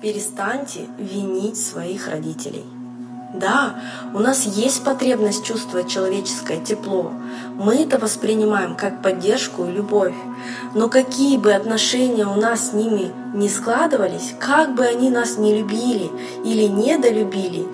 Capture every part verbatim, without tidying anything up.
Перестаньте винить своих родителей. Да, у нас есть потребность чувствовать человеческое тепло. Мы это воспринимаем как поддержку и любовь. Но какие бы отношения у нас с ними ни складывались, как бы они нас не любили или недолюбили,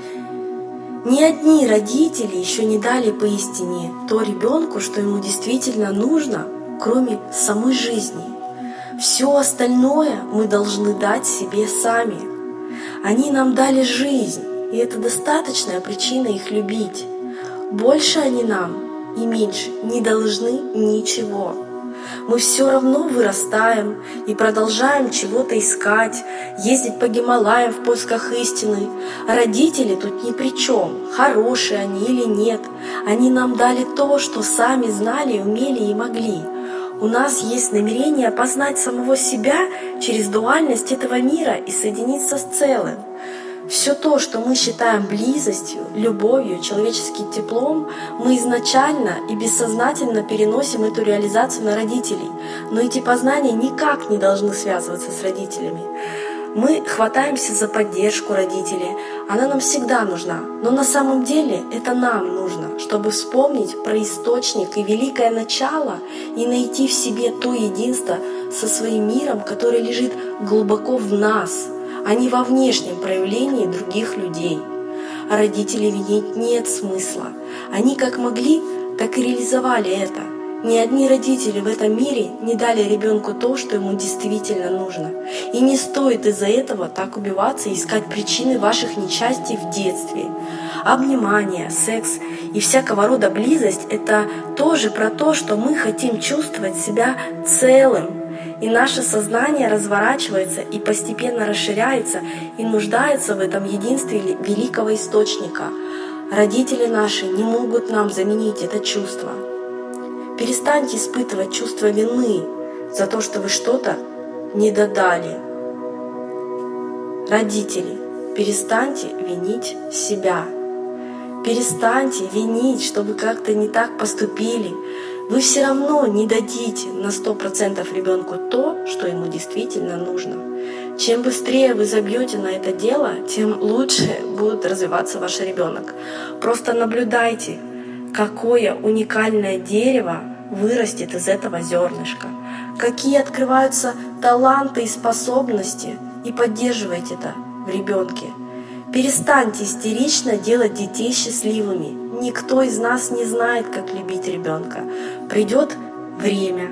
ни одни родители еще не дали поистине то ребенку, что ему действительно нужно, кроме самой жизни. Все остальное мы должны дать себе сами. Они нам дали жизнь, и это достаточная причина их любить. Больше они нам и меньше не должны ничего. Мы все равно вырастаем и продолжаем чего-то искать, ездить по Гималаям в поисках истины. Родители тут ни при чем, хорошие они или нет. Они нам дали то, что сами знали, умели и могли. У нас есть намерение познать самого себя через дуальность этого мира и соединиться с целым. Все то, что мы считаем близостью, любовью, человеческим теплом, мы изначально и бессознательно переносим эту реализацию на родителей. Но эти познания никак не должны связываться с родителями. Мы хватаемся за поддержку родителей, она нам всегда нужна, но на самом деле это нам нужно, чтобы вспомнить про источник и великое начало и найти в себе то единство со своим миром, которое лежит глубоко в нас, а не во внешнем проявлении других людей. А родителей винить нет смысла. Они как могли, так и реализовали это. Ни одни родители в этом мире не дали ребенку то, что ему действительно нужно. И не стоит из-за этого так убиваться и искать причины ваших несчастий в детстве. Обнимание, секс и всякого рода близость — это тоже про то, что мы хотим чувствовать себя целым. И наше сознание разворачивается и постепенно расширяется и нуждается в этом единстве великого источника. Родители наши не могут нам заменить это чувство. Перестаньте испытывать чувство вины за то, что вы что-то не додали. Родители, перестаньте винить себя. Перестаньте винить, что вы как-то не так поступили. Вы все равно не дадите на сто процентов ребенку то, что ему действительно нужно. Чем быстрее вы забьете на это дело, тем лучше будет развиваться ваш ребенок. Просто наблюдайте, какое уникальное дерево вырастет из этого зернышка, какие открываются таланты и способности, и поддерживайте это в ребенке. Перестаньте истерично делать детей счастливыми. Никто из нас не знает, как любить ребенка. Придет время,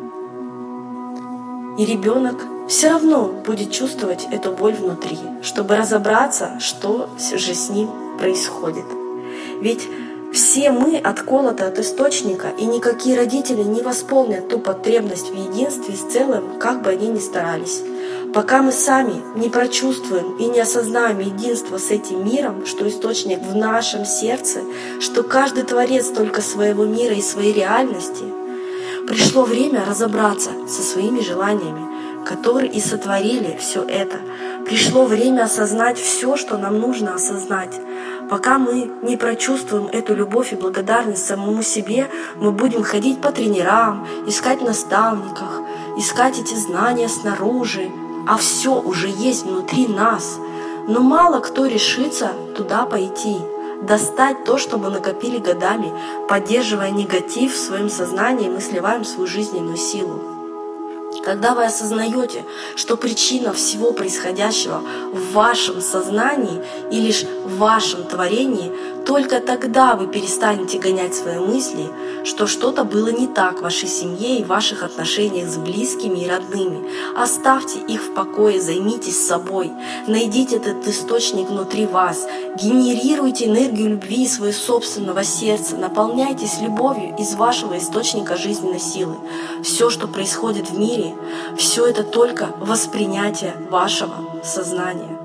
и ребенок все равно будет чувствовать эту боль внутри, чтобы разобраться, что же с ним происходит. Ведь все мы отколоты от источника, и никакие родители не восполнят ту потребность в единстве с целым, как бы они ни старались. Пока мы сами не прочувствуем и не осознаем единство с этим миром, что источник в нашем сердце, что каждый творец только своего мира и своей реальности, пришло время разобраться со своими желаниями, которые и сотворили все это. Пришло время осознать все, что нам нужно осознать. Пока мы не прочувствуем эту любовь и благодарность самому себе, мы будем ходить по тренерам, искать в наставниках, искать эти знания снаружи, а все уже есть внутри нас. Но мало кто решится туда пойти, достать то, что мы накопили годами, поддерживая негатив в своем сознании, мы сливаем свою жизненную силу. Когда вы осознаете, что причина всего происходящего в вашем сознании и лишь в вашем творении, только тогда вы перестанете гонять свои мысли, что что-то было не так в вашей семье и в ваших отношениях с близкими и родными. Оставьте их в покое, займитесь собой, найдите этот источник внутри вас, генерируйте энергию любви из своего собственного сердца, наполняйтесь любовью из вашего источника жизненной силы. Все, что происходит в мире, все это только воспринятие вашего сознания.